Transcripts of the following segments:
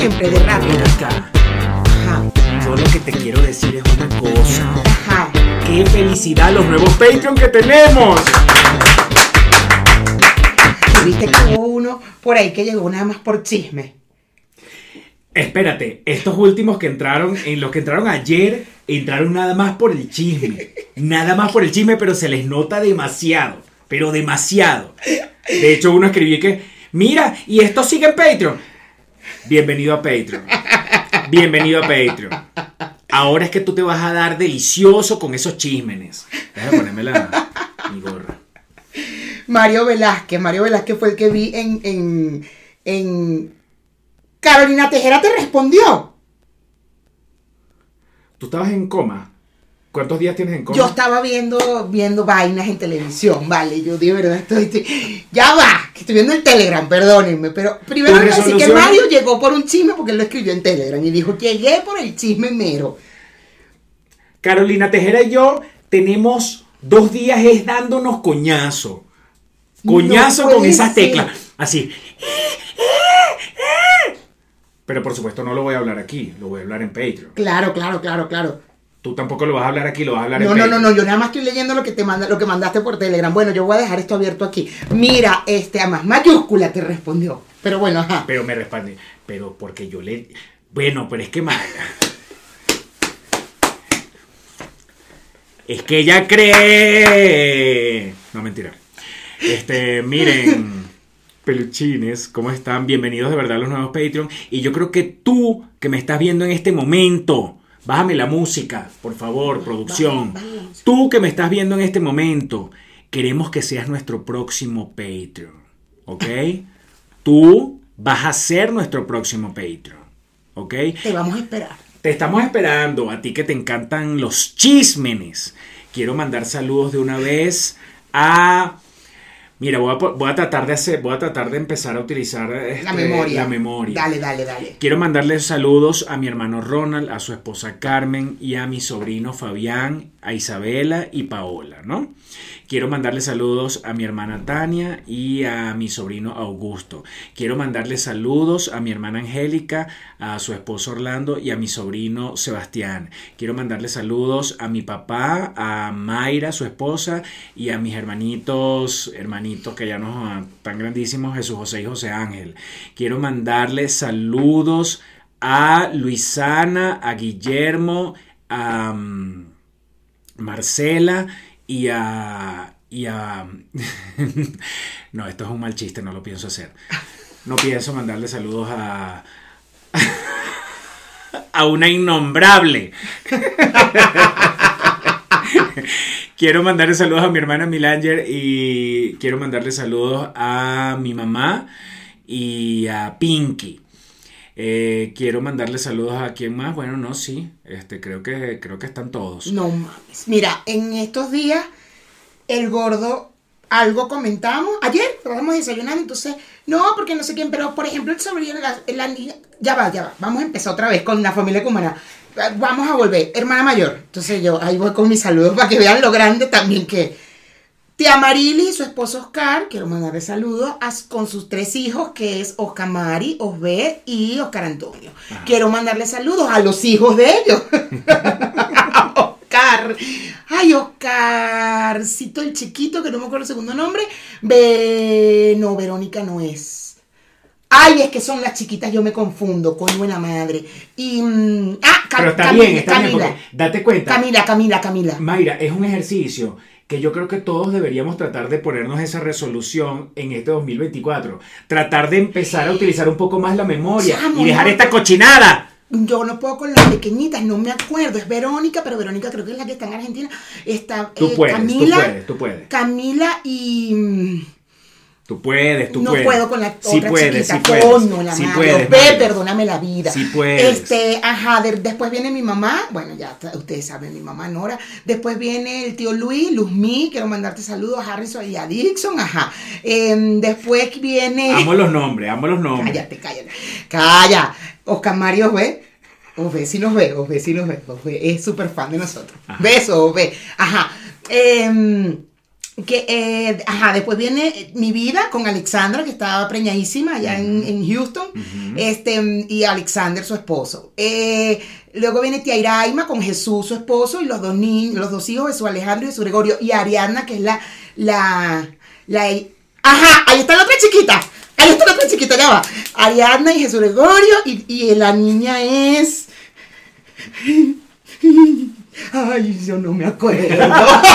siempre de rápido. Ven acá. Ajá. Yo lo que te quiero decir es una cosa. Ajá. ¡Qué felicidad los nuevos Patreon que tenemos! Viste que hubo uno por ahí que llegó nada más por chisme. Espérate, estos últimos que entraron, los que entraron ayer, entraron nada más por el chisme. Nada más por el chisme, pero se les nota demasiado. Pero demasiado. De hecho, uno escribió que, mira, y esto sigue en Patreon. Bienvenido a Patreon. Bienvenido a Patreon. Ahora es que tú te vas a dar delicioso con esos chismenes. Déjame ponerme mi gorra. Mario Velázquez fue el que vi en Carolina Tejera te respondió. ¿Tú estabas en coma? ¿Cuántos días tienes en coma? Yo estaba viendo vainas en televisión, vale. Yo de verdad ya va, que estoy viendo el Telegram, perdónenme. Pero primero voy a decir que Mario llegó por un chisme porque él lo escribió en Telegram y dijo, llegué por el chisme mero. Carolina Tejera y yo tenemos 2 días dándonos coñazo. Coñazo No con esas ser. teclas. Así. Pero por supuesto no lo voy a hablar aquí, lo voy a hablar en Patreon. Claro. Tú tampoco lo vas a hablar aquí, lo vas a hablar en Patreon. No, yo nada más estoy leyendo lo que mandaste por Telegram. Bueno, yo voy a dejar esto abierto aquí. Mira, además mayúscula te respondió. Pero bueno, ajá. Pero me responde, pero porque yo le... Bueno, pero es que es que ella cree... No, mentira. Miren... Peluchines, ¿cómo están? Bienvenidos de verdad a los nuevos Patreon. Y yo creo que tú, que me estás viendo en este momento, bájame la música, por favor, producción. Tú que me estás viendo en este momento, queremos que seas nuestro próximo Patreon, ¿ok? Tú vas a ser nuestro próximo Patreon, ¿ok? Te vamos a esperar. Te estamos esperando, a ti que te encantan los chismenes. Quiero mandar saludos de una vez a... Mira, voy a tratar de empezar a utilizar la memoria. Dale. Quiero mandarle saludos a mi hermano Ronald, a su esposa Carmen y a mi sobrino Fabián, a Isabela y Paola, ¿no? Quiero mandarle saludos a mi hermana Tania y a mi sobrino Augusto. Quiero mandarle saludos a mi hermana Angélica, a su esposo Orlando y a mi sobrino Sebastián. Quiero mandarle saludos a mi papá, a Mayra, su esposa, y a mis hermanitos que ya no tan grandísimos, Jesús José y José Ángel. Quiero mandarle saludos a Luisana, a Guillermo, a Marcela y a... No, esto es un mal chiste, no lo pienso hacer. No pienso mandarle saludos a una innombrable. Quiero mandarle saludos a mi hermana Milanger y quiero mandarle saludos a mi mamá y a Pinky. Quiero mandarle saludos a quién más. Bueno, no, sí. Creo que están todos. No mames. Mira, en estos días, el gordo, algo comentamos. Ayer estábamos desayunando, entonces, no, porque no sé quién, pero por ejemplo, el sobrino, la niña. Ya va. Vamos a empezar otra vez con la familia Cumaná. Vamos a volver, hermana mayor. Entonces yo ahí voy con mis saludos para que vean lo grande también que. Tía Marily y su esposo Oscar, quiero mandarle saludos con sus 3 hijos, que es Oscar Mari, Osbed y Oscar Antonio. Ajá. Quiero mandarle saludos a los hijos de ellos. Oscar. Ay, Oscarcito, el chiquito, que no me acuerdo el segundo nombre. No, Verónica no es. Ay, es que son las chiquitas, yo me confundo, con buena madre. Y. Pero está bien, porque date cuenta. Camila. Mayra, es un ejercicio que yo creo que todos deberíamos tratar de ponernos esa resolución en este 2024. Tratar de empezar a utilizar un poco más la memoria y dejar esta cochinada. Yo no puedo con las pequeñitas, no me acuerdo. Es Verónica, pero Verónica creo que es la que está en Argentina. Está tú puedes. Camila y... Tú puedes. No puedo con la sí otra puedes, chiquita. Sí puedes, Coño, la sí madre. puedes, Perdóname la vida. Sí puedes. Después viene mi mamá. Bueno, ya ustedes saben, mi mamá Nora. Después viene el tío Luis, Luzmí. Quiero mandarte saludos a Harrison y a Dixon. Después viene... Amo los nombres. Cállate. Calla. Oscar Mario Osbe. Osbe sí nos ve. Osbe es súper fan de nosotros. Ajá. Besos, Osbe. Ajá. Después viene Mi Vida con Alexandra, que estaba preñadísima allá en Houston, y Alexander, su esposo. Luego viene Tia Iraima con Jesús, su esposo, y los dos hijos, Jesús Alejandro y Jesús Gregorio, y Ariadna, que es ahí está la otra chiquita, ya va. Ariadna y Jesús Gregorio, y la niña es... Ay, yo no me acuerdo.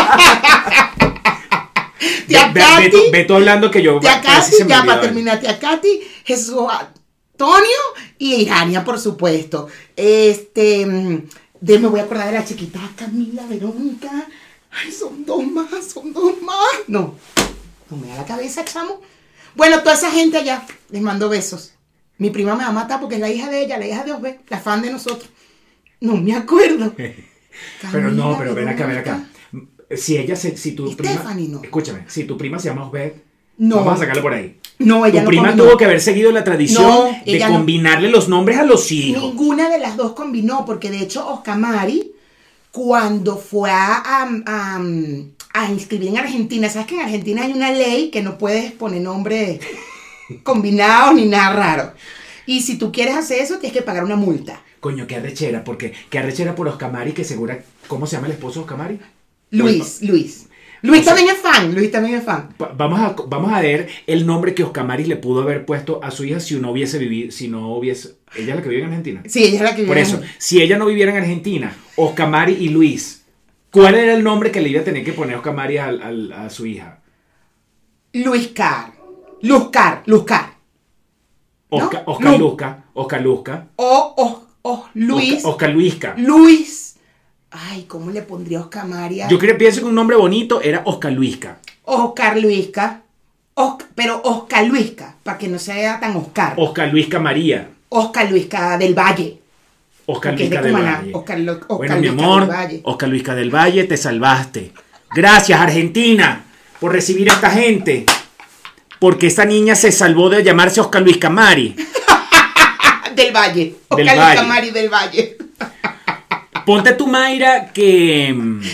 Tía Katy. Ve tú hablando que yo... Tía Katy, ya para terminar, Tía Katy, Jesús Antonio y Irania, por supuesto. Me voy a acordar de la chiquita Camila, Verónica. Ay, son dos más. No me da la cabeza, chamo. Bueno, toda esa gente allá, les mando besos. Mi prima me va a matar porque es la hija de ella, la hija de Osbe, la fan de nosotros. No me acuerdo. Pero ven acá. Si tu prima... No. Escúchame, si tu prima se llama Osbeth, no. Vamos a sacarla por ahí. No, ella tu no prima combinó. tuvo que haber seguido la tradición de combinarle los nombres a los hijos. Ninguna de las dos combinó, porque de hecho Oscamari, cuando fue a inscribir en Argentina, ¿sabes que en Argentina hay una ley que no puedes poner nombre combinado ni nada raro? Y si tú quieres hacer eso, tienes que pagar una multa. Coño, qué arrechera, qué arrechera por Oscamari, que segura... ¿Cómo se llama el esposo de Oscamari? Luis también es fan. Vamos a ver el nombre que Oscamari le pudo haber puesto a su hija si no hubiese vivido, ella es la que vive en Argentina. Sí, ella es la que vive. Por eso, si ella no viviera en Argentina, Oscamari y Luis, ¿cuál era el nombre que le iba a tener que poner Oscamari a su hija? Luzcar. Oscar Luzca. Luis. Oscar Luisca. Luis. Ay, ¿cómo le pondría Oscamari? Yo pienso que un nombre bonito era Oscar Luisca. Oscar Luisca. Pero Oscar Luisca, para que no sea tan Oscar. Oscar Luisca María. Oscar Luisca del Valle. Oscar Luisca del Valle. Bueno, mi amor, Oscar Luisca del Valle, te salvaste. Gracias, Argentina, por recibir a esta gente. Porque esta niña se salvó de llamarse Oscar Luisca Mari. Del Valle. Oscar Luisca Mari del Valle. Ponte tu Mayra que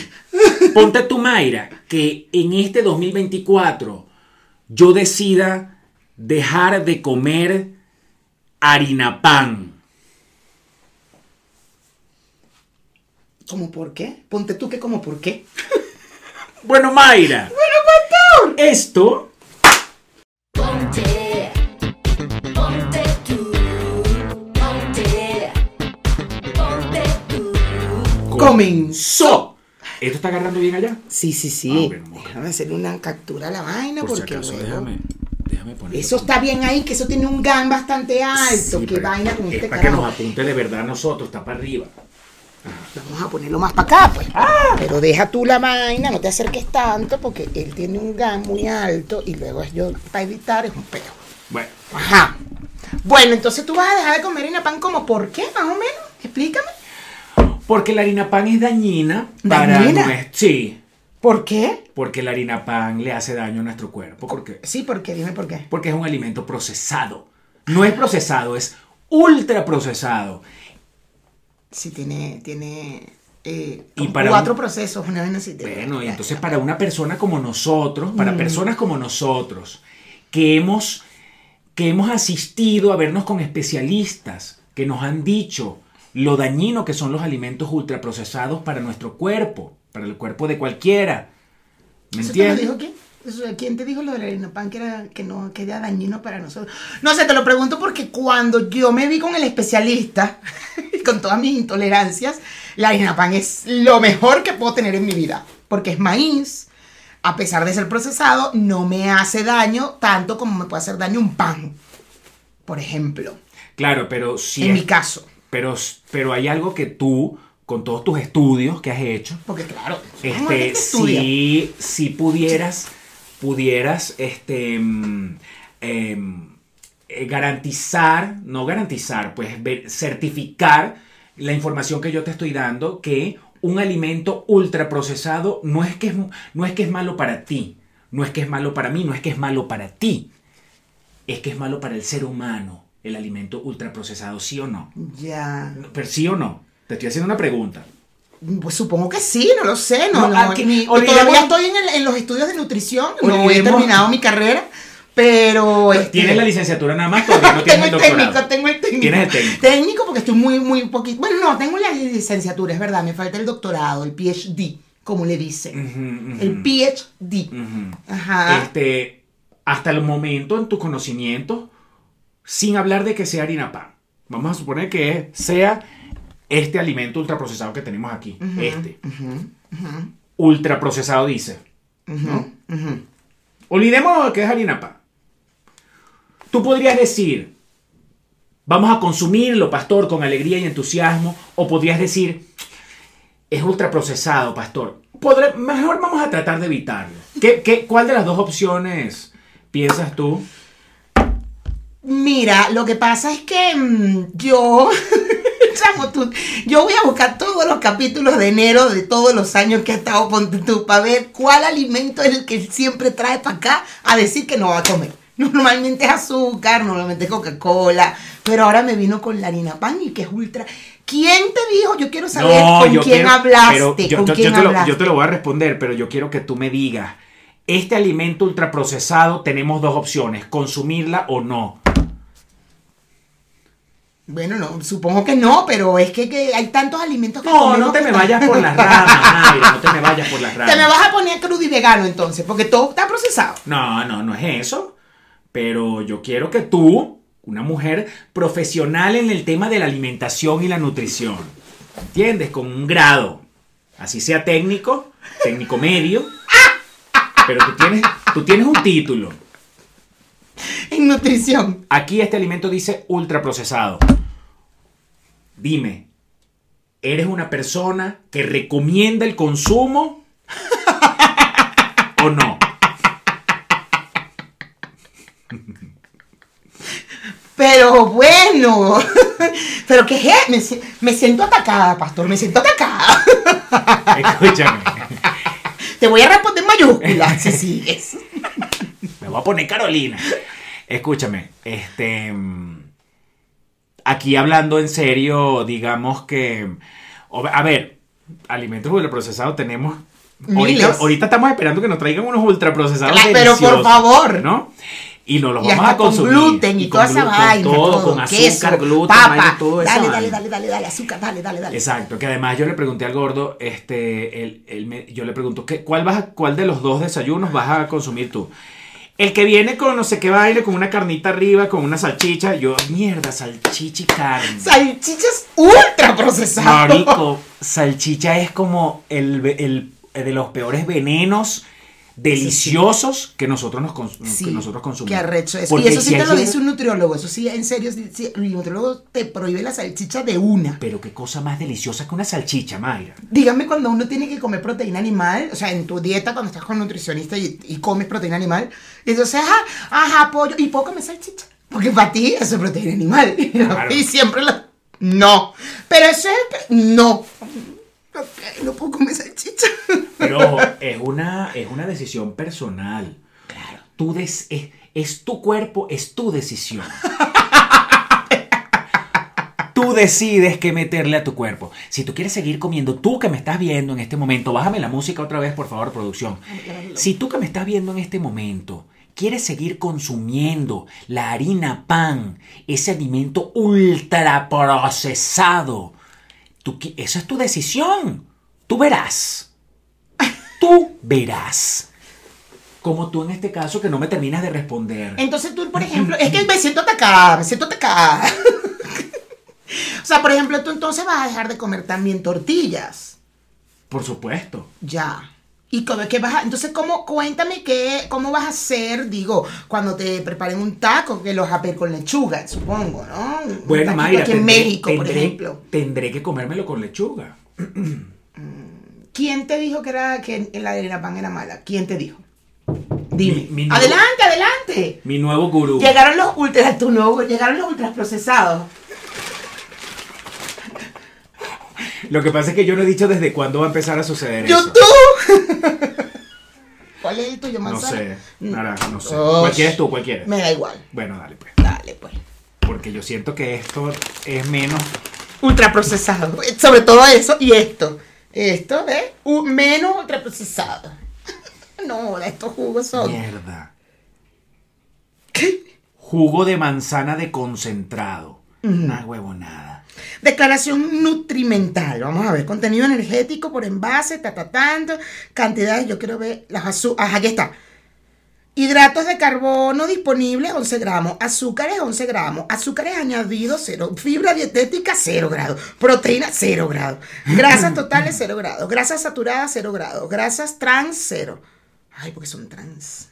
en este 2024 yo decida dejar de comer harina pan. ¿Cómo por qué? Ponte tú que como por qué. Bueno, Mayra. Pastor. Esto... comenzó. ¿Esto está agarrando bien allá? Sí. Déjame hacer una captura a la vaina. Por porque si acaso, luego... déjame poner. Eso está bien ahí, que eso tiene un gan bastante alto. Sí, qué vaina con es este para carajo. que nos apunte de verdad a nosotros, está para arriba. Vamos a ponerlo más para acá, pues. Pero deja tú la vaina, no te acerques tanto, porque él tiene un gan muy alto y luego yo para editar es un peo. Bueno. Ajá. Bueno, entonces tú vas a dejar de comer harina pan, como por qué, más o menos. Explícame. Porque la harina pan es dañina para nuestro... Sí. ¿Por qué? Porque la harina pan le hace daño a nuestro cuerpo. ¿Por qué? Sí, ¿por qué? Dime por qué. Porque es un alimento procesado. No es procesado, es ultra procesado. Sí, tiene y para 4 procesos, una vez así. Bueno, y entonces para una persona como nosotros, para personas como nosotros, que hemos asistido a vernos con especialistas que nos han dicho lo dañino que son los alimentos ultraprocesados para nuestro cuerpo, para el cuerpo de cualquiera. ¿Me entiendes? ¿Eso te lo dijo quién? ¿Quién te dijo lo de la harina pan que era dañino para nosotros? No sé, te lo pregunto porque cuando yo me vi con el especialista, con todas mis intolerancias, la harina pan es lo mejor que puedo tener en mi vida. Porque es maíz, a pesar de ser procesado, no me hace daño tanto como me puede hacer daño un pan, por ejemplo. Claro, pero si en mi caso. Pero hay algo que tú, con todos tus estudios que has hecho, porque claro, si pudieras certificar la información que yo te estoy dando, que un alimento ultraprocesado no es que es malo para ti, no es que es malo para mí, no es que es malo para ti, es que es malo para el ser humano. El alimento ultraprocesado, ¿sí o no? Ya. Pero ¿sí o no? Te estoy haciendo una pregunta. Pues supongo que sí, no lo sé. Todavía estoy en los estudios de nutrición, no he terminado mi carrera. Pero ¿Tienes la licenciatura nada más? Todavía no tienes el doctorado. Tengo el técnico. ¿Tienes el técnico? Técnico porque estoy muy poquito. Bueno, no, tengo la licenciatura, es verdad. Me falta el doctorado, el PhD, como le dicen. El PhD. Ajá. Hasta el momento en tu conocimiento, sin hablar de que sea harina pan. Vamos a suponer que sea este alimento ultraprocesado que tenemos aquí. Ultraprocesado dice. ¿No? Olvidemos que es harina pan. Tú podrías decir, vamos a consumirlo, pastor, con alegría y entusiasmo, o podrías decir, es ultraprocesado, pastor. Mejor vamos a tratar de evitarlo. ¿Cuál de las dos opciones piensas tú? Mira, lo que pasa es que yo voy a buscar todos los capítulos de enero de todos los años que ha estado Ponte Tú para ver cuál alimento es el que siempre trae para acá a decir que no va a comer. Normalmente es azúcar, normalmente es Coca-Cola, pero ahora me vino con la harina pan y que es ultra. ¿Quién te dijo? Yo quiero saber quién hablaste. Yo te lo voy a responder, pero yo quiero que tú me digas, este alimento ultraprocesado tenemos dos opciones, consumirla o no. Bueno, no, supongo que no, pero es que hay tantos alimentos que no te me vayas por las ramas, Mayra, no te me vayas por las ramas. Te me vas a poner crudo y vegano entonces, porque todo está procesado. No es eso. Pero yo quiero que tú, una mujer profesional en el tema de la alimentación y la nutrición, ¿entiendes? Con un grado, así sea técnico medio, pero tú tienes un título. En nutrición. Aquí este alimento dice ultraprocesado. Dime, ¿eres una persona que recomienda el consumo o no? Pero bueno, ¿pero qué es? Me siento atacada, pastor, me siento atacada. Escúchame. Te voy a responder en mayúsculas si sigues. Me voy a poner Carolina. Escúchame, aquí hablando en serio, digamos que, a ver, alimentos ultraprocesados tenemos. Ahorita estamos esperando que nos traigan unos ultraprocesados deliciosos, pero por favor, ¿no? Y nos los vamos a consumir. Con gluten y toda esa vaina. Todo, con azúcar, queso, gluten, papa. todo eso. Dale, azúcar, dale. Exacto, que además yo le pregunté al gordo, yo le pregunto, ¿cuál de los dos desayunos vas a consumir tú? El que viene con no sé qué baile, con una carnita arriba, con una salchicha. Yo, mierda, salchicha y carne. Salchichas ultra procesadas. Marico, salchicha es como el de los peores venenos deliciosos que nosotros consumimos. Qué arrecho es. Y eso sí te lo dice un nutriólogo. Eso sí, en serio, el nutriólogo te prohíbe la salchicha de una. Pero qué cosa más deliciosa que una salchicha, Mayra. Dígame cuando uno tiene que comer proteína animal, o sea, en tu dieta cuando estás con nutricionista y comes proteína animal, entonces, pollo, y puedo comer salchicha. Porque para ti eso es proteína animal. Claro. Y siempre no. Pero eso es... No. Okay, no puedo comer salchicha. Pero es una decisión personal. Claro. Es tu cuerpo, es tu decisión. Tú decides qué meterle a tu cuerpo. Si tú quieres seguir comiendo, tú que me estás viendo en este momento, bájame la música otra vez, por favor, producción. Si tú que me estás viendo en este momento quieres seguir consumiendo la harina pan, ese alimento ultraprocesado, esa es tu decisión. Tú verás. Como tú en este caso que no me terminas de responder. Entonces tú, por ejemplo, es que me siento atacada. O sea, por ejemplo, tú entonces vas a dejar de comer también tortillas. Por supuesto. Ya. ¿Y qué vas a...? Entonces, cuéntame cómo vas a hacer, digo, cuando te preparen un taco, que los vas a pedir con lechuga, supongo, ¿no? Bueno, Mayra, aquí en México, por ejemplo. Tendré que comérmelo con lechuga. ¿Quién te dijo que la harina pan era mala? ¿Quién te dijo? Dime. Adelante. Mi nuevo gurú. Llegaron los ultraprocesados. Lo que pasa es que yo no he dicho desde cuándo va a empezar a suceder eso. ¡YouTube! ¿Cuál es el tuyo, manzana? No sé. ¿Cualquiera es tú? ¿Cualquiera? Me da igual. Bueno, dale pues. Porque yo siento que esto es menos... ultraprocesado. Sobre todo eso y esto. Esto es menos ultraprocesado. No, estos jugos son... Mierda. ¿Qué? Jugo de manzana de concentrado. Una huevonada. Declaración nutrimental. Vamos a ver. Contenido energético por envase, tanto. Cantidades, yo quiero ver las azúcares. Aquí está. Hidratos de carbono disponibles 11 gramos. Azúcares 11 gramos. Azúcares añadidos 0. Fibra dietética 0 grados. Proteína 0 grados. Grasas totales 0 grados. Grasas saturadas 0 grados. Grasas trans 0. Ay, porque son trans.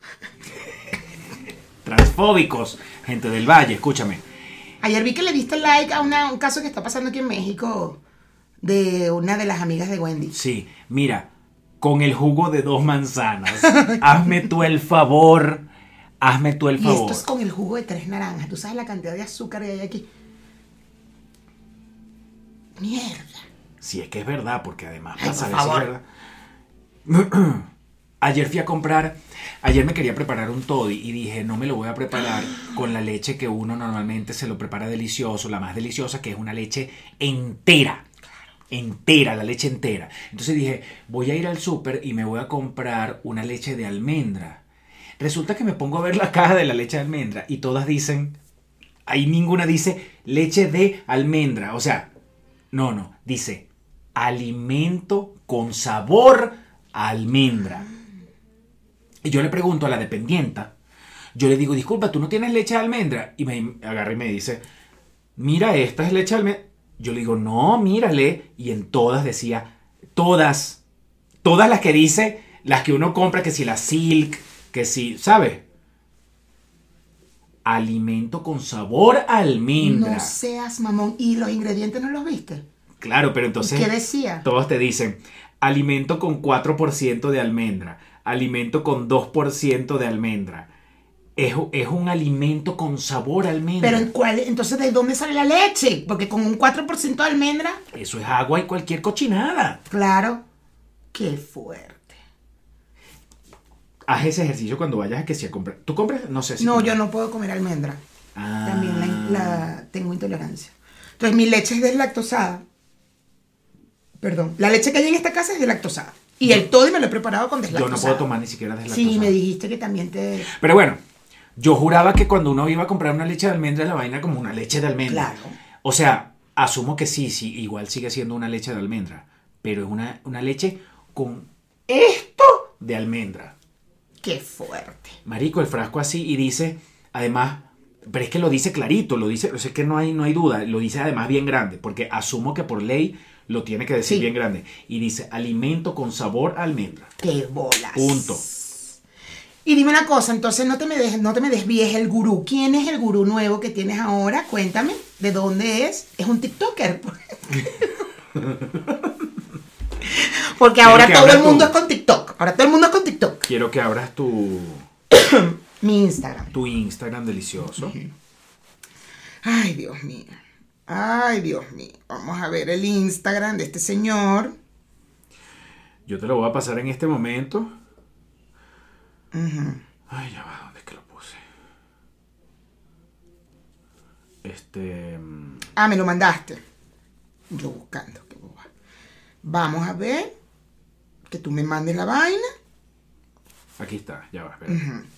Transfóbicos. Gente del Valle, escúchame. Ayer vi que le diste like a un caso que está pasando aquí en México de una de las amigas de Wendy. Sí, mira, con el jugo de 2 manzanas. Hazme tú el favor. Hazme tú el favor. Y esto es con el jugo de 3 naranjas. ¿Tú sabes la cantidad de azúcar que hay aquí? Mierda. Si es que es verdad, porque además... Ay, para por saber si favor. es verdad. Ayer fui a comprar... Ayer me quería preparar un toddy y dije, no me lo voy a preparar con la leche que uno normalmente se lo prepara delicioso, la más deliciosa, que es una leche entera. Entera, la leche entera. Entonces dije, voy a ir al súper y me voy a comprar una leche de almendra. Resulta que me pongo a ver la caja de la leche de almendra y todas dicen, ahí ninguna dice leche de almendra. O sea, no, dice alimento con sabor a almendra. Y yo le pregunto a la dependienta, yo le digo, disculpa, ¿tú no tienes leche de almendra? Y me agarra y me dice, mira, esta es leche de almendra. Yo le digo, no, mírale. Y en todas decía, todas las que dice, las que uno compra, que si la Silk, que si, ¿sabes? Alimento con sabor a almendra. No seas mamón. ¿Y los ingredientes no los viste? Claro, pero entonces... ¿Qué decía? Todos te dicen, alimento con 4% de almendra, alimento con 2% de almendra. Es un alimento con sabor a almendra. Pero entonces, ¿de dónde sale la leche? Porque con un 4% de almendra... Eso es agua y cualquier cochinada. Claro. Qué fuerte. Haz ese ejercicio cuando vayas a que si a comprar. ¿Tú compras? No sé si... No, compras. yo no puedo comer almendra. Ah. También tengo intolerancia. Entonces, mi leche es deslactosada. Perdón. La leche que hay en esta casa es deslactosada. Y el toddy me lo he preparado con deslactosada. Yo no puedo tomar ni siquiera deslactosada. Sí, me dijiste que también te... Pero bueno, yo juraba que cuando uno iba a comprar una leche de almendra, la vaina como una leche de almendra. Claro. O sea, asumo que sí, igual sigue siendo una leche de almendra. Pero es una leche con esto de almendra. Qué fuerte. Marico, el frasco así y dice, además, pero es que lo dice clarito, lo dice, o sea, es que no hay duda, lo dice además bien grande, porque asumo que por ley lo tiene que decir bien grande. Y dice, alimento con sabor a almendra. Qué bolas. Punto. Y dime una cosa, entonces no te me desvíes el gurú. ¿Quién es el gurú nuevo que tienes ahora? Cuéntame, ¿de dónde es? ¿Es un TikToker? Porque ahora todo el mundo es con TikTok. Ahora todo el mundo es con TikTok. Quiero que abras Mi Instagram. Tu Instagram delicioso. Ay, Dios mío. Ay, Dios mío. Vamos a ver el Instagram de este señor. Yo te lo voy a pasar en este momento. Ay, ya va, ¿dónde es que lo puse? Me lo mandaste. Yo buscando, qué boba. Vamos a ver. Que tú me mandes la vaina. Aquí está, ya va, espera.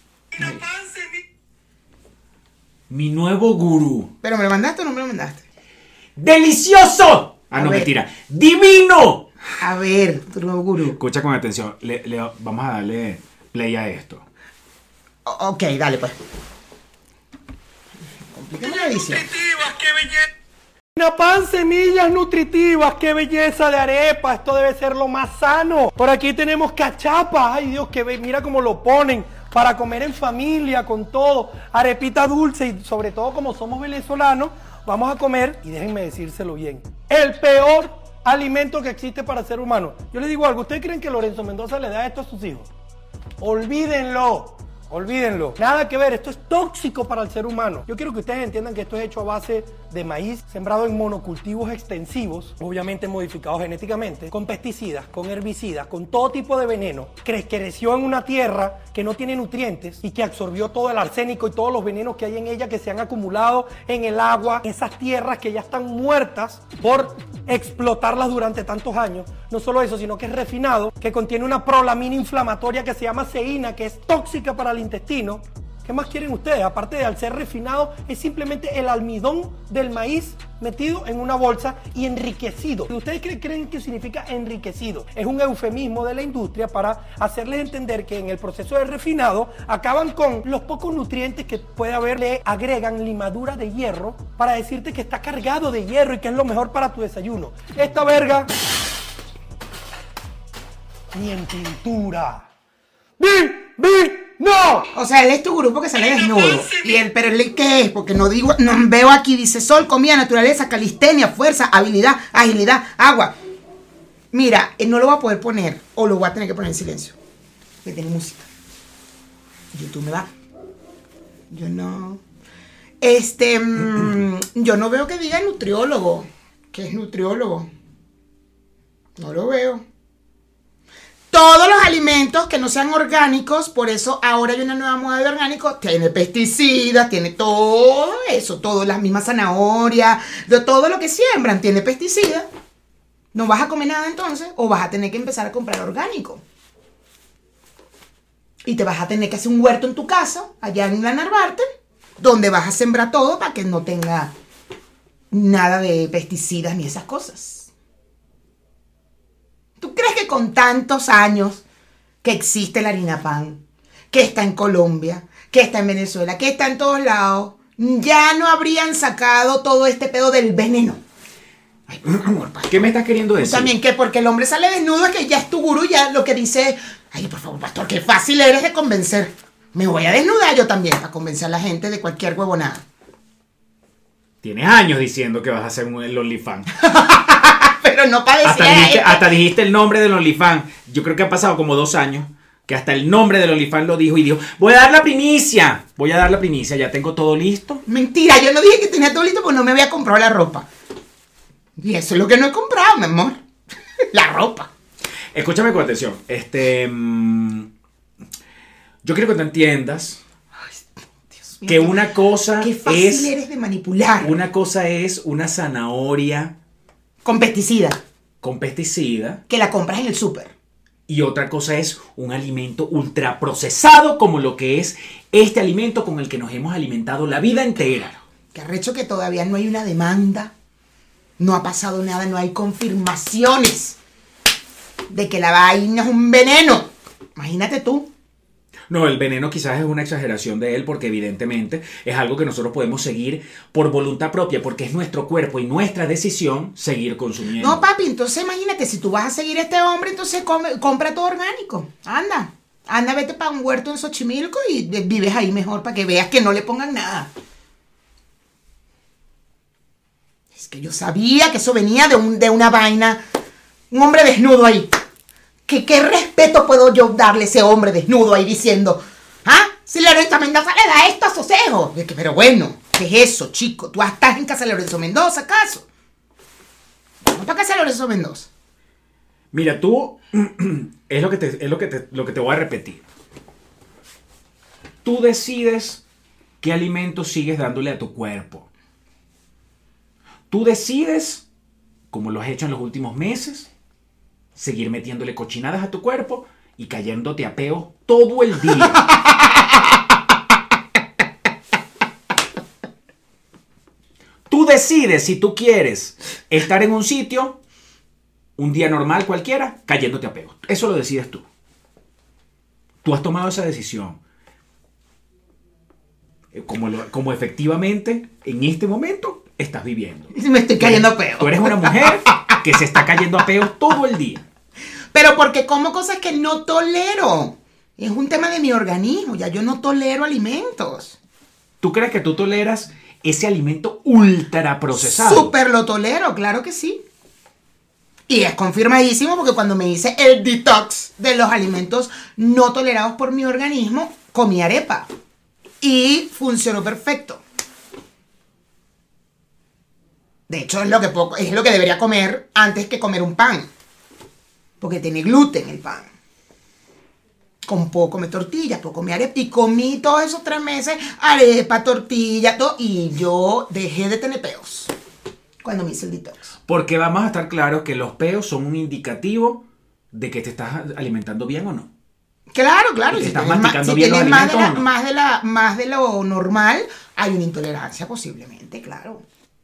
Mi nuevo gurú. ¿Pero me lo mandaste o no me lo mandaste? ¡Delicioso! A No, ver. mentira. ¡Divino! A ver, tu nuevo gurú. Escucha con atención. Vamos a darle play a esto. Ok, dale pues. Complícame la edición. Pan, semillas nutritivas, qué belleza de arepa, esto debe ser lo más sano. Por aquí tenemos cachapa, ay Dios, mira cómo lo ponen, para comer en familia, con todo, arepita dulce y sobre todo como somos venezolanos, vamos a comer, y déjenme decírselo bien, el peor alimento que existe para el ser humano. Yo les digo algo, ¿ustedes creen que Lorenzo Mendoza le da esto a sus hijos? Olvídenlo. Olvídenlo. Nada que ver, esto es tóxico para el ser humano. Yo quiero que ustedes entiendan que esto es hecho a base de maíz, sembrado en monocultivos extensivos, obviamente modificados genéticamente, con pesticidas, con herbicidas, con todo tipo de veneno. Creció en una tierra que no tiene nutrientes y que absorbió todo el arsénico y todos los venenos que hay en ella que se han acumulado en el agua, esas tierras que ya están muertas por explotarlas durante tantos años. No solo eso, sino que es refinado, que contiene una prolamina inflamatoria que se llama ceína, que es tóxica para el intestino. ¿Qué más quieren ustedes? Aparte de al ser refinado, es simplemente el almidón del maíz metido en una bolsa y enriquecido. ¿Ustedes creen que significa enriquecido? Es un eufemismo de la industria para hacerles entender que en el proceso de refinado acaban con los pocos nutrientes que puede haber. Le agregan limadura de hierro para decirte que está cargado de hierro y que es lo mejor para tu desayuno. Esta verga ni en pintura. ¡No! O sea, él es tu grupo que sale desnudo. Y él, pero él, ¿qué es? Porque no digo, no veo aquí, dice sol, comida, naturaleza, calistenia, fuerza, habilidad, agilidad, agua. Mira, no lo voy a poder poner, o lo voy a tener que poner en silencio. Que tiene música. YouTube me va. Yo no. Yo no veo que diga nutriólogo. ¿Qué es nutriólogo? No lo veo. Todos los alimentos que no sean orgánicos, por eso ahora hay una nueva moda de orgánicos, tiene pesticidas, tiene todo eso, todo, las mismas zanahorias, todo lo que siembran tiene pesticidas. No vas a comer nada entonces, o vas a tener que empezar a comprar orgánico. Y te vas a tener que hacer un huerto en tu casa, allá en la Narvarte, donde vas a sembrar todo para que no tenga nada de pesticidas ni esas cosas. ¿Tú crees que con tantos años que existe la harina pan, que está en Colombia, que está en Venezuela, que está en todos lados, ya no habrían sacado todo este pedo del veneno? Ay, por favor, pastor. ¿Qué me estás queriendo decir? También que porque el hombre sale desnudo es que ya es tu gurú, ya lo que dice, ay, por favor, pastor, qué fácil eres de convencer. Me voy a desnudar yo también para convencer a la gente de cualquier huevonada. Tienes años diciendo que vas a hacer el OnlyFans. Pero no parecía hasta dijiste el nombre del OnlyFans. Yo creo que han pasado como 2 años que hasta el nombre del OnlyFans lo dijo y dijo, voy a dar la primicia, ya tengo todo listo. Mentira, yo no dije que tenía todo listo porque no me había comprado la ropa. Y eso es lo que no he comprado, mi amor. La ropa. Escúchame con atención. Yo quiero que te entiendas. Ay, Dios mío, que una cosa qué fácil eres de manipular. Una cosa es una zanahoria con pesticida. Que la compras en el súper. Y otra cosa es un alimento ultraprocesado como lo que es este alimento con el que nos hemos alimentado la vida entera. Que arrecho que todavía no hay una demanda. No ha pasado nada, no hay confirmaciones de que la vaina es un veneno. Imagínate tú. No, el veneno quizás es una exageración de él porque evidentemente es algo que nosotros podemos seguir por voluntad propia porque es nuestro cuerpo y nuestra decisión seguir consumiendo. No, papi, entonces imagínate, si tú vas a seguir a este hombre, entonces compra todo orgánico. Anda, vete para un huerto en Xochimilco y vives ahí mejor para que veas que no le pongan nada. Es que yo sabía que eso venía de una vaina, un hombre desnudo ahí. ¿Qué respeto puedo yo darle a ese hombre desnudo ahí diciendo, si Lorenzo Mendoza le da esto a sus hijos? Pero bueno, ¿qué es eso, chico? ¿Tú estás en casa de Lorenzo Mendoza, acaso? ¿Vamos para casa de Lorenzo Mendoza? Mira, tú, es lo que te voy a repetir. Tú decides qué alimentos sigues dándole a tu cuerpo. Tú decides, como lo has hecho en los últimos meses, seguir metiéndole cochinadas a tu cuerpo y cayéndote a peos todo el día. Tú decides si tú quieres estar en un sitio, un día normal cualquiera, cayéndote a peos. Eso lo decides tú. Tú has tomado esa decisión. Como efectivamente en este momento estás viviendo. Me estoy cayendo a peos. Tú eres una mujer que se está cayendo a peos todo el día. Pero porque como cosas que no tolero. Es un tema de mi organismo. Ya yo no tolero alimentos. ¿Tú crees que tú toleras ese alimento ultra procesado? Súper lo tolero, claro que sí. Y es confirmadísimo porque cuando me hice el detox de los alimentos no tolerados por mi organismo, comí arepa y funcionó perfecto. De hecho, es lo que debería comer antes que comer un pan. Porque tiene gluten el pan. Puedo comer tortillas, puedo comer arepa. Y comí todos esos 3 meses arepa, tortilla, todo. Y yo dejé de tener peos cuando me hice el detox. Porque vamos a estar claros que los peos son un indicativo de que te estás alimentando bien o no. Claro. Y Si estás tienes, masticando bien los más, alimentos, más de lo normal, hay una intolerancia posiblemente, claro.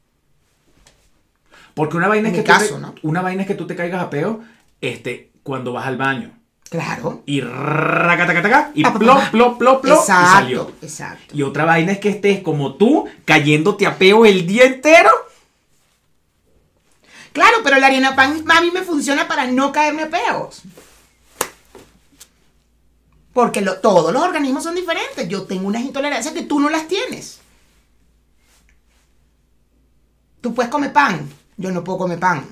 Porque una vaina es En que mi caso, ¿no? una vaina es que tú te caigas a peo cuando vas al baño. Claro. Y racatacataca, y plop, plop, plop, plop, Exacto, y salió. exacto. Y otra vaina es que estés como tú, cayéndote a peo el día entero. Claro, pero la harina pan a mí me funciona para no caerme a peos. Porque todos los organismos son diferentes. Yo tengo unas intolerancias que tú no las tienes. Tú puedes comer pan. Yo no puedo comer pan.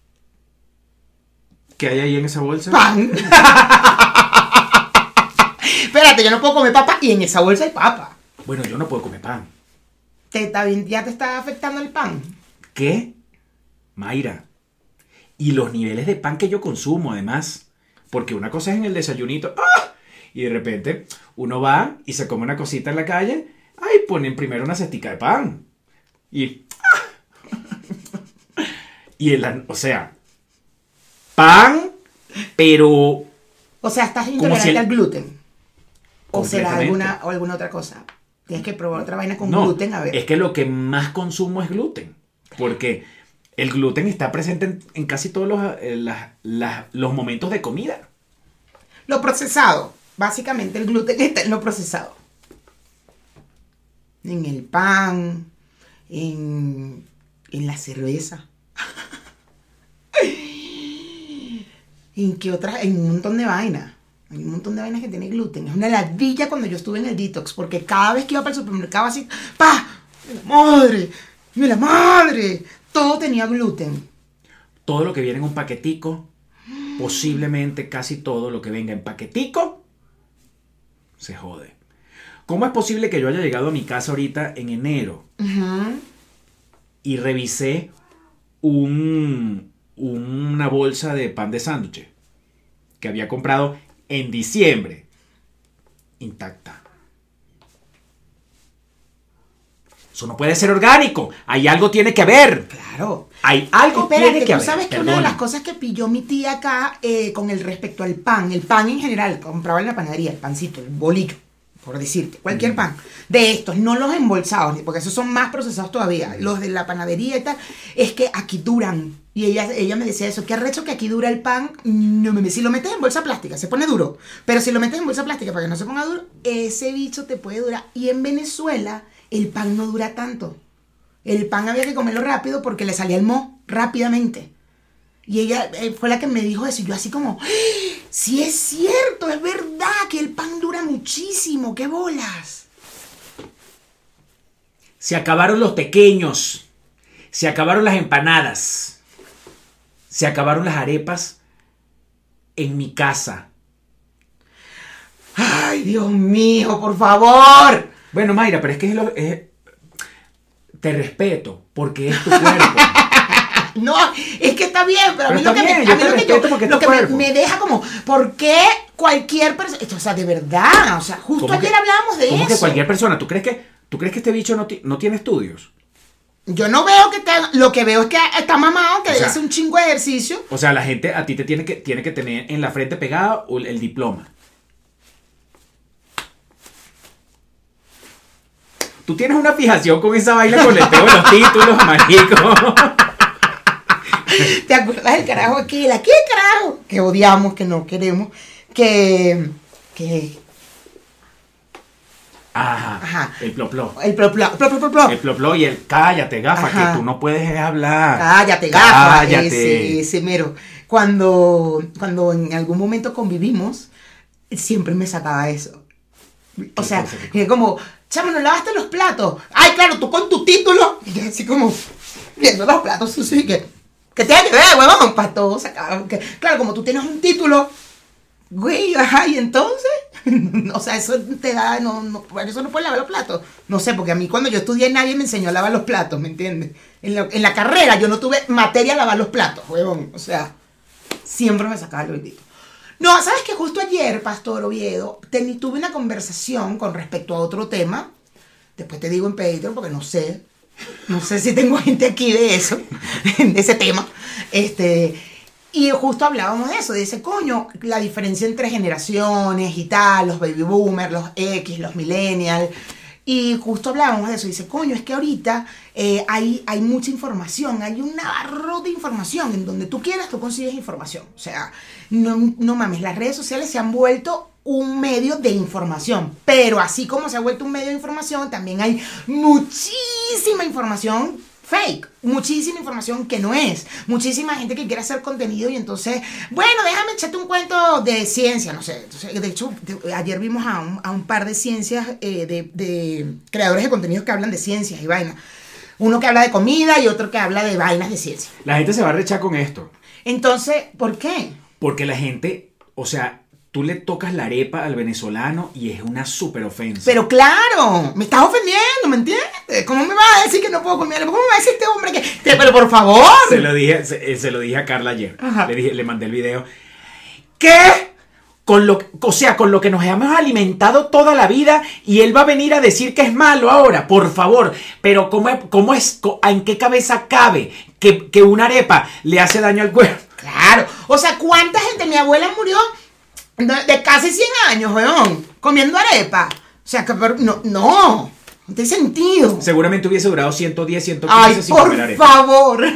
¿Qué hay ahí en esa bolsa? ¡Pan! Espérate, yo no puedo comer papa y en esa bolsa hay papa. Bueno, yo no puedo comer pan. ¿Ya te está afectando el pan? ¿Qué? Mayra. Y los niveles de pan que yo consumo, además. Porque una cosa es en el desayunito. ¡Ah! Y de repente uno va y se come una cosita en la calle. ¡Ay! Ponen primero una cestica de pan. Y... ¡ah! O sea... Pan, pero... O sea, ¿estás intolerante al gluten? ¿O será Completamente. alguna otra cosa? Tienes que probar otra vaina con No, gluten, a ver. es que lo que más consumo es gluten. Porque el gluten está presente en casi todos los momentos de comida. Lo procesado. Básicamente el gluten está en lo procesado. En el pan, en la cerveza. ¿En qué otras? En un montón de vainas. Hay un montón de vainas que tiene gluten. Es una ladilla cuando yo estuve en el detox. Porque cada vez que iba para el supermercado así, ¡pah! ¡La madre! Todo tenía gluten. Todo lo que viene en un paquetico, posiblemente casi todo lo que venga en paquetico, se jode. ¿Cómo es posible que yo haya llegado a mi casa ahorita en enero y revisé una bolsa de pan de sándwich que había comprado en diciembre intacta? Eso no puede ser orgánico. Hay algo tiene que haber. Claro. Hay algo tiene que tú haber. sabes que una de las cosas que pilló mi tía acá con el respecto al pan, el pan en general, compraba en la panadería, el pancito, el bolillo, por decirte, cualquier pan, de estos, no los embolsados, porque esos son más procesados todavía, los de la panadería y tal, es que aquí duran. Y ella me decía eso, qué arrecho que aquí dura el pan. No, si lo metes en bolsa plástica, se pone duro. Pero si lo metes en bolsa plástica para que no se ponga duro, ese bicho te puede durar. Y en Venezuela, el pan no dura tanto. El pan había que comerlo rápido porque le salía el moho rápidamente. Y ella fue la que me dijo eso. Y yo así como, sí es cierto, es verdad que el pan dura muchísimo. ¡Qué bolas! Se acabaron los pequeños. Se acabaron las empanadas. Se acabaron las arepas en mi casa. ¡Ay, Dios mío, por favor! Bueno, Mayra, pero es que te respeto porque es tu cuerpo. No, es que está bien, pero a mí Pero lo está que, bien, me, a yo mí te lo que, respeto yo, porque es lo tu que cuerpo. me deja como, ¿por qué cualquier persona? O sea, de verdad, o sea, justo ¿Cómo ayer que- hablábamos de ¿Cómo eso. que cualquier persona? ¿Tú crees que este bicho no tiene estudios? Yo no veo que lo que veo es que está mamado, que O sea, hace un chingo de ejercicio. O sea, la gente a ti te tiene que tener en la frente pegado el diploma. Tú tienes una fijación con esa vaina con el peo de los títulos, marico. ¿Te acuerdas del carajo aquí? Aquí el carajo que odiamos, que no queremos, que Ajá. El plop. el plop. El plop y el cállate, gafa, Ajá. que tú no puedes hablar. Cállate, gafa. Cállate. Ese mero. Cuando en algún momento convivimos, siempre me sacaba eso. O sea, cosa, qué cosa? que como, chamo, ¿no lavaste los platos? Ay, claro, tú con tu título. Y yo así como, viendo los platos sucios y que tiene que ver, huevón, para todos sacaban. Claro, como tú tienes un título, güey, ajá, y entonces... O sea, eso te da, por eso no puedes lavar los platos. No sé, porque a mí cuando yo estudié nadie me enseñó a lavar los platos, ¿me entiendes? En la carrera yo no tuve materia a lavar los platos, huevón. O sea, siempre me sacaba el bendito. No, ¿sabes qué? Justo ayer, Pastor Oviedo, tuve una conversación con respecto a otro tema. Después te digo en Patreon porque no sé si tengo gente aquí de eso, de ese tema. Y justo hablábamos de eso, dice, coño, la diferencia entre generaciones y tal, los baby boomers, los X, los millennials. Y justo hablábamos de eso, dice, coño, es que ahorita hay mucha información, hay un navarro de información, en donde tú quieras tú consigues información. O sea, no mames, las redes sociales se han vuelto un medio de información, pero así como se ha vuelto un medio de información, también hay muchísima información fake, muchísima información que no es, muchísima gente que quiere hacer contenido y entonces, bueno, déjame echarte un cuento de ciencia, no sé. Entonces, de hecho, ayer vimos a un par de ciencias, de creadores de contenidos que hablan de ciencias y vainas. Uno que habla de comida y otro que habla de vainas de ciencia. La gente se va a rechar con esto. Entonces, ¿por qué? Porque la gente, o sea, tú le tocas la arepa al venezolano y es una súper ofensa. Pero claro, me estás ofendiendo, ¿me entiendes? ¿Cómo me vas a decir que no puedo comer arepa? ¿Cómo me va a decir este hombre que...? Pero por favor. Se lo dije a Carla ayer. Le mandé el video. ¿Qué? Con lo que nos hemos alimentado toda la vida y él va a venir a decir que es malo ahora, por favor. Pero ¿en qué cabeza cabe que una arepa le hace daño al cuerpo? Claro, o sea, ¿cuánta gente? Mi abuela murió de casi 100 años, weón, comiendo arepa. O sea, que no tiene sentido. Seguramente hubiese durado 110, 115 Ay, sin comer arepa. por favor.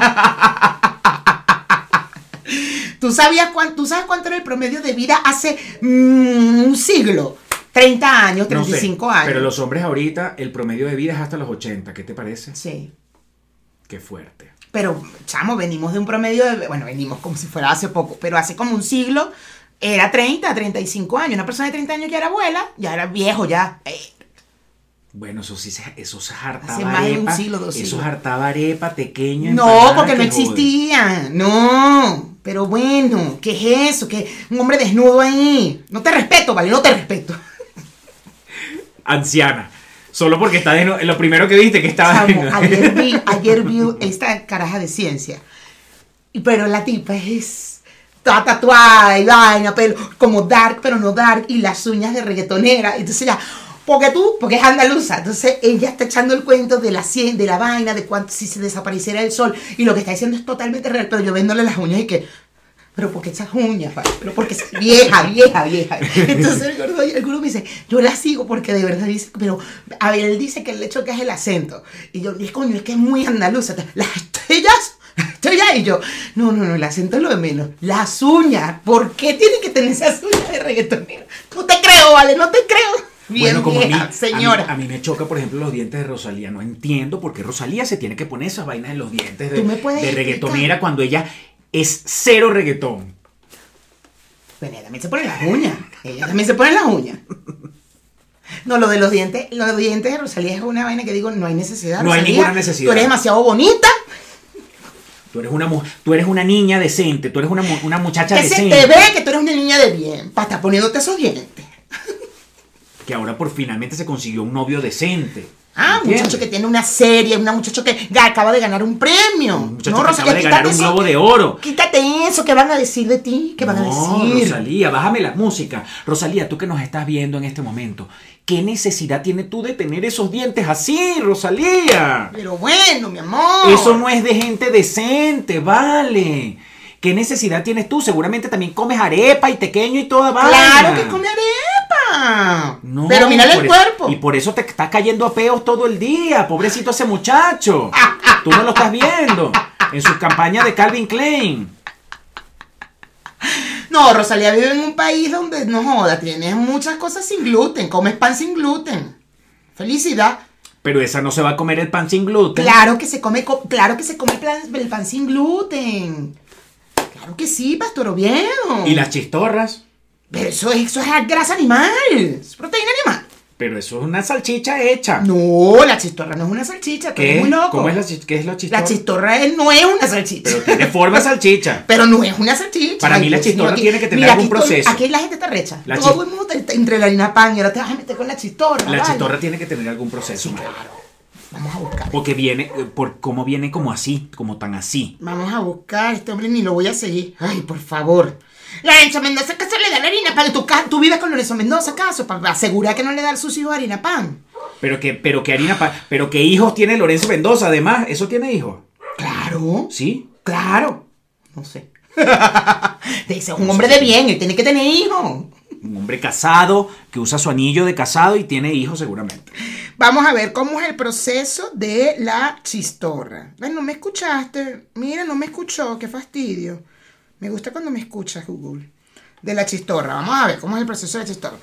¿Tú sabes cuánto era el promedio de vida hace un siglo? 30 años, 35 no sé, años. Pero los hombres ahorita, el promedio de vida es hasta los 80. ¿Qué te parece? Sí. Qué fuerte. Pero, chamo, venimos de un promedio venimos como si fuera hace poco, pero hace como un siglo era 30, 35 años. Una persona de 30 años ya era abuela, ya era viejo, ya. Bueno, eso es hartaba hace más arepa. De un siglo, 2 siglos. Eso es hartaba arepa, tequeño, no, porque no existían. No. Pero bueno, ¿qué es eso? ¿Qué? Un hombre desnudo ahí. No te respeto, ¿vale? No te respeto. Anciana. Solo porque está desnudo. Lo primero que viste que estaba desnudo. Ayer vi esta caraja de ciencia. Pero la tipa es toda tatuada y vaina, pero como dark, pero no dark. Y las uñas de reggaetonera. Entonces ya... Porque es andaluza, entonces ella está echando el cuento de la vaina, de cuánto si se desapareciera el sol, y lo que está diciendo es totalmente real, pero yo viéndole las uñas y que, pero ¿por qué esas uñas? Pero porque es vieja. Entonces el gordo me dice, yo la sigo porque de verdad dice, pero a ver, él dice que el hecho que es el acento, y yo dije, coño, es que es muy andaluza, las estrellas, y yo, no, el acento es lo de menos, las uñas, ¿por qué tiene que tener esas uñas de reggaetonero? No te creo, vale, no te creo. Bien, bueno, como vieja, señora. A mí me choca, por ejemplo, los dientes de Rosalía. No entiendo por qué Rosalía se tiene que poner esas vainas en los dientes de reggaetonera cuando ella es cero reggaetón. Bueno, ella también se pone las uñas. No, lo de los dientes de Rosalía es una vaina que digo, no hay necesidad. No hay ninguna necesidad. Tú eres demasiado bonita. Tú eres una niña decente. Tú eres una muchacha decente. Que se te ve que tú eres una niña de bien para estar poniéndote esos dientes. Que ahora finalmente se consiguió un novio decente. Ah, un muchacho que tiene una serie, un muchacho que acaba de ganar un premio. Un muchacho que acaba de ganar un Globo de Oro. Quítate eso, ¿qué van a decir de ti? ¿Qué van a decir? Rosalía, bájame la música. Rosalía, tú que nos estás viendo en este momento, ¿qué necesidad tienes tú de tener esos dientes así, Rosalía? Pero bueno, mi amor. Eso no es de gente decente, vale. ¿Qué necesidad tienes tú? Seguramente también comes arepa y tequeño y toda vaina. Claro que come arepa. No, pero mírale el cuerpo. Y por eso te está cayendo a peos todo el día. Pobrecito ese muchacho. Tú no lo estás viendo. En sus campañas de Calvin Klein. No, Rosalía vive en un país donde, no joda, tienes muchas cosas sin gluten. Comes pan sin gluten. Felicidad. Pero esa no se va a comer el pan sin gluten. Claro que se come el pan sin gluten. Claro que sí, Pastor Oviedo. ¿Y las chistorras? Pero eso es grasa animal. Es proteína animal. Pero eso es una salchicha hecha. No, la chistorra no es una salchicha, tú eres muy loco. ¿Cómo es qué es la chistorra? La chistorra no es una salchicha. Pero tiene forma de salchicha. Pero no es una salchicha. Para mí la chistorra tiene que tener algún proceso. Aquí la gente está recha. Todo el mundo está entre la harina pan y ahora te vas a meter con la chistorra. La chistorra tiene que tener algún proceso. Sí, claro. Vamos a buscar. Porque viene, cómo viene como así, como tan así. Vamos a buscar, este hombre ni lo voy a seguir. Ay, por favor. Lorenzo Mendoza, ¿acaso le da la harina pan? ¿Tú vives con Lorenzo Mendoza, acaso? Para asegurar que no le da a sus hijos harina pan. Pero que harina pan. Pero que hijos tiene Lorenzo Mendoza, además. ¿Eso tiene hijos? Claro. ¿Sí? Claro. No sé. Es un hombre de bien, él tiene que tener hijos. Un hombre casado, que usa su anillo de casado y tiene hijos seguramente. Vamos a ver cómo es el proceso de la chistorra. Ay, no me escuchaste. Mira, no me escuchó. Qué fastidio. Me gusta cuando me escuchas, Google. De la chistorra. Vamos a ver cómo es el proceso de la chistorra.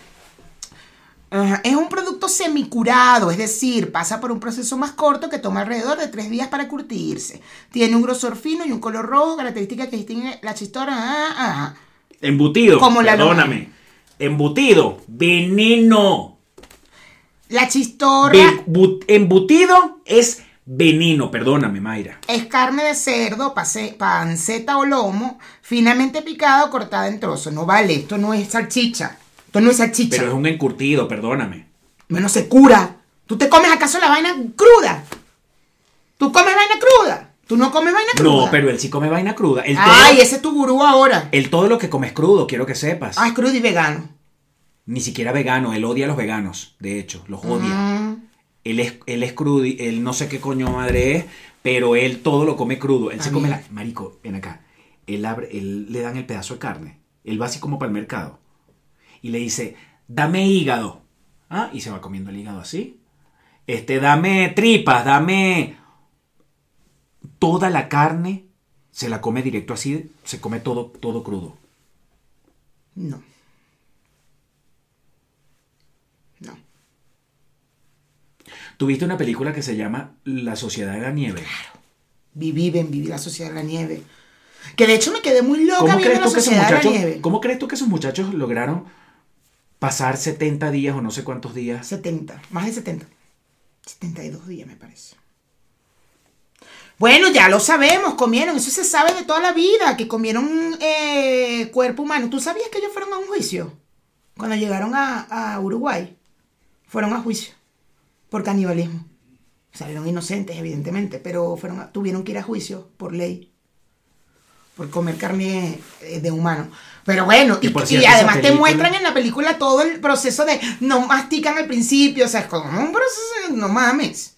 Es un producto semicurado, es decir, pasa por un proceso más corto que toma alrededor de 3 días para curtirse. Tiene un grosor fino y un color rojo, característica que distingue la chistorra. Embutido, como perdóname. Embutido, veneno. La chistorra... Embutido es veneno, perdóname, Mayra. Es carne de cerdo, panceta o lomo, finamente picada o cortada en trozos. No vale, esto no es salchicha. Esto no es salchicha. Pero es un encurtido, perdóname. Bueno, se cura. ¿Tú te comes acaso la vaina cruda? ¿Tú comes vaina cruda? ¿Tú no comes vaina cruda? No, pero él sí come vaina cruda. Ay, ese es tu gurú ahora. Él todo lo que come es crudo, quiero que sepas. Ah, es crudo y vegano. Ni siquiera vegano, él odia a los veganos, de hecho, los odia. Él es crudo, él no sé qué coño madre es, pero él todo lo come crudo. Él se come la... Marico, ven acá. Él le dan el pedazo de carne. Él va así como para el mercado. Y le dice, dame hígado. ¿Ah? Y se va comiendo el hígado así. Dame tripas, dame... Toda la carne se la come directo así, se come todo crudo. No. ¿Tuviste una película que se llama La Sociedad de la Nieve? Claro. Viví La Sociedad de la Nieve. Que de hecho me quedé muy loca viendo La Sociedad de la Nieve. ¿Cómo crees tú que esos muchachos lograron pasar 70 días o no sé cuántos días? 70, más de 70. 72 días me parece. Bueno, ya lo sabemos, comieron, eso se sabe de toda la vida, que comieron cuerpo humano. ¿Tú sabías que ellos fueron a un juicio? Cuando llegaron a Uruguay, fueron a juicio por canibalismo. Salieron inocentes, evidentemente, pero tuvieron que ir a juicio por ley, por comer carne de humano. Pero bueno, y además te muestran en la película todo el proceso de no mastican al principio, o sea, es como un proceso de no mames.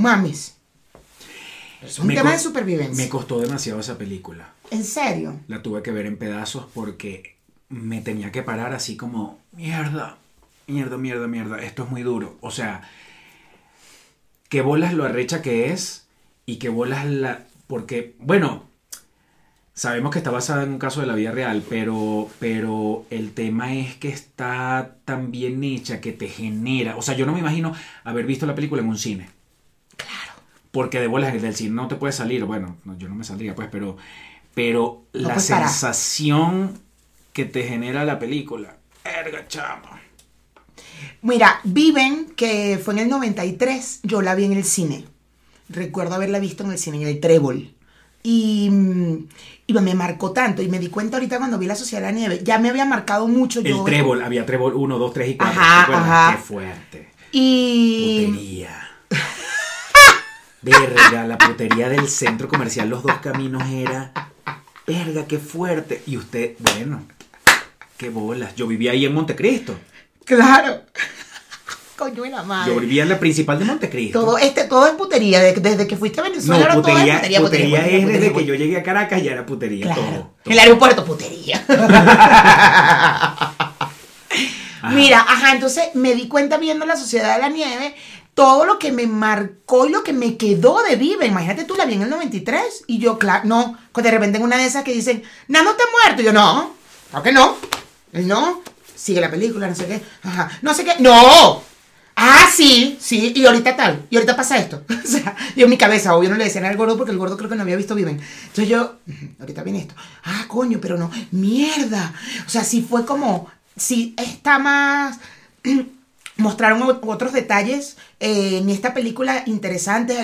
Es un tema de supervivencia. Me costó demasiado esa película. ¿En serio? La tuve que ver en pedazos porque me tenía que parar así como, mierda, esto es muy duro. O sea, qué bolas lo arrecha que es y qué bolas porque, bueno, sabemos que está basada en un caso de la vida real, pero el tema es que está tan bien hecha que te genera... O sea, yo no me imagino haber visto la película en un cine. Porque de bolas del cine no te puedes salir. Bueno, no, yo no me saldría, pues, pero no la sensación que te genera la película. Erga, chama. Mira, Viven, que fue en el 93, yo la vi en el cine. Recuerdo haberla visto en el cine, en el Trébol. Y me marcó tanto. Y me di cuenta ahorita cuando vi La Sociedad de la Nieve. Ya me había marcado mucho. El Trébol, había Trébol 1, 2, 3 y 4. Ajá. Qué fuerte. Y... Putería. Verga, la putería del centro comercial Los Dos Caminos era... Verga, qué fuerte. Y usted, bueno, qué bolas. Yo vivía ahí en Montecristo. Claro. Coño de la madre. Yo vivía en la principal de Montecristo. Todo es putería. Desde que fuiste a Venezuela, no, putería, todo es putería es desde que yo llegué a Caracas ya era putería. Claro. Todo. El aeropuerto, putería. Mira, entonces me di cuenta viendo La Sociedad de la Nieve, todo lo que me marcó y lo que me quedó de Vive. Imagínate tú, la vi en el 93 y yo, claro, no, de repente en una de esas que dicen, Nano está muerto. Y yo, no, ¿por qué no? Él no, sigue la película, no sé qué, no sé qué, no. Sí, y ahorita tal, y ahorita pasa esto. O sea, yo en mi cabeza, obvio no le decían al gordo porque el gordo creo que no había visto Viven. Entonces yo, ahorita viene esto. Coño, pero no, mierda. O sea, sí fue como, sí está más mostraron otros detalles en esta película interesantes.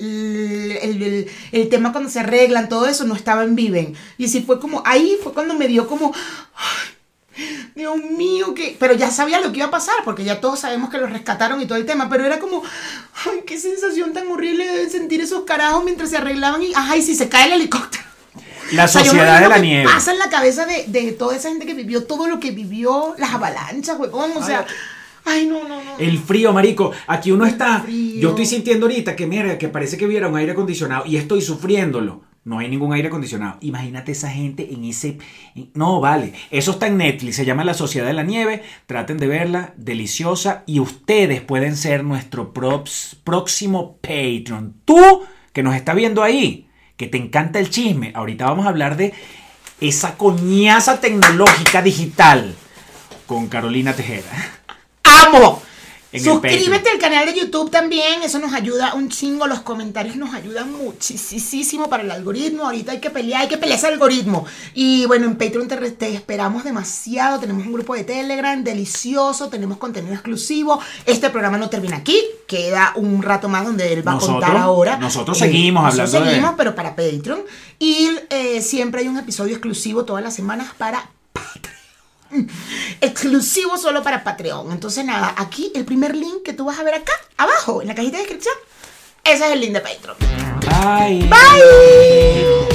El tema cuando se arreglan, todo eso no estaba en Viven. Y sí fue como, ahí fue cuando me dio como, ay, Dios mío, que... Pero ya sabía lo que iba a pasar, porque ya todos sabemos que los rescataron y todo el tema, pero era como, ay, qué sensación tan horrible de sentir esos carajos mientras se arreglaban y, ay, si se cae el helicóptero. La sociedad de la nieve. Pasa en la cabeza de toda esa gente que vivió todo lo que vivió, las avalanchas, huevón, o sea... Ay, no. El frío, marico. Aquí uno está... frío. Yo estoy sintiendo ahorita que, mira, que parece que hubiera un aire acondicionado y estoy sufriéndolo. No hay ningún aire acondicionado. Imagínate esa gente en ese... No, vale. Eso está en Netflix. Se llama La Sociedad de la Nieve. Traten de verla. Deliciosa. Y ustedes pueden ser nuestro próximo Patreon. Tú, que nos está viendo ahí, que te encanta el chisme. Ahorita vamos a hablar de esa coñaza tecnológica digital con Carolina Tejera. ¡Amo! Suscríbete al canal de YouTube también, eso nos ayuda un chingo, los comentarios nos ayudan muchísimo para el algoritmo. Ahorita hay que pelear ese algoritmo. Y bueno, en Patreon te esperamos demasiado, tenemos un grupo de Telegram delicioso, tenemos contenido exclusivo. Este programa no termina aquí, queda un rato más donde él va a contar ahora. Nosotros seguimos hablando pero para Patreon. Y siempre hay un episodio exclusivo todas las semanas para Patreon. Exclusivo solo para Patreon. Entonces nada, aquí el primer link que tú vas a ver acá abajo en la cajita de descripción, ese es el link de Patreon. Bye.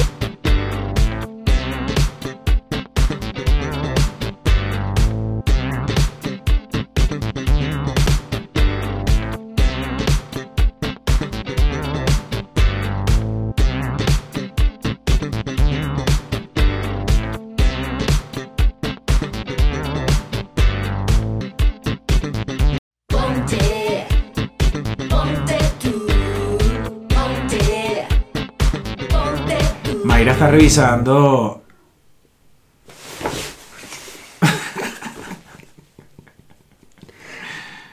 Mayra está revisando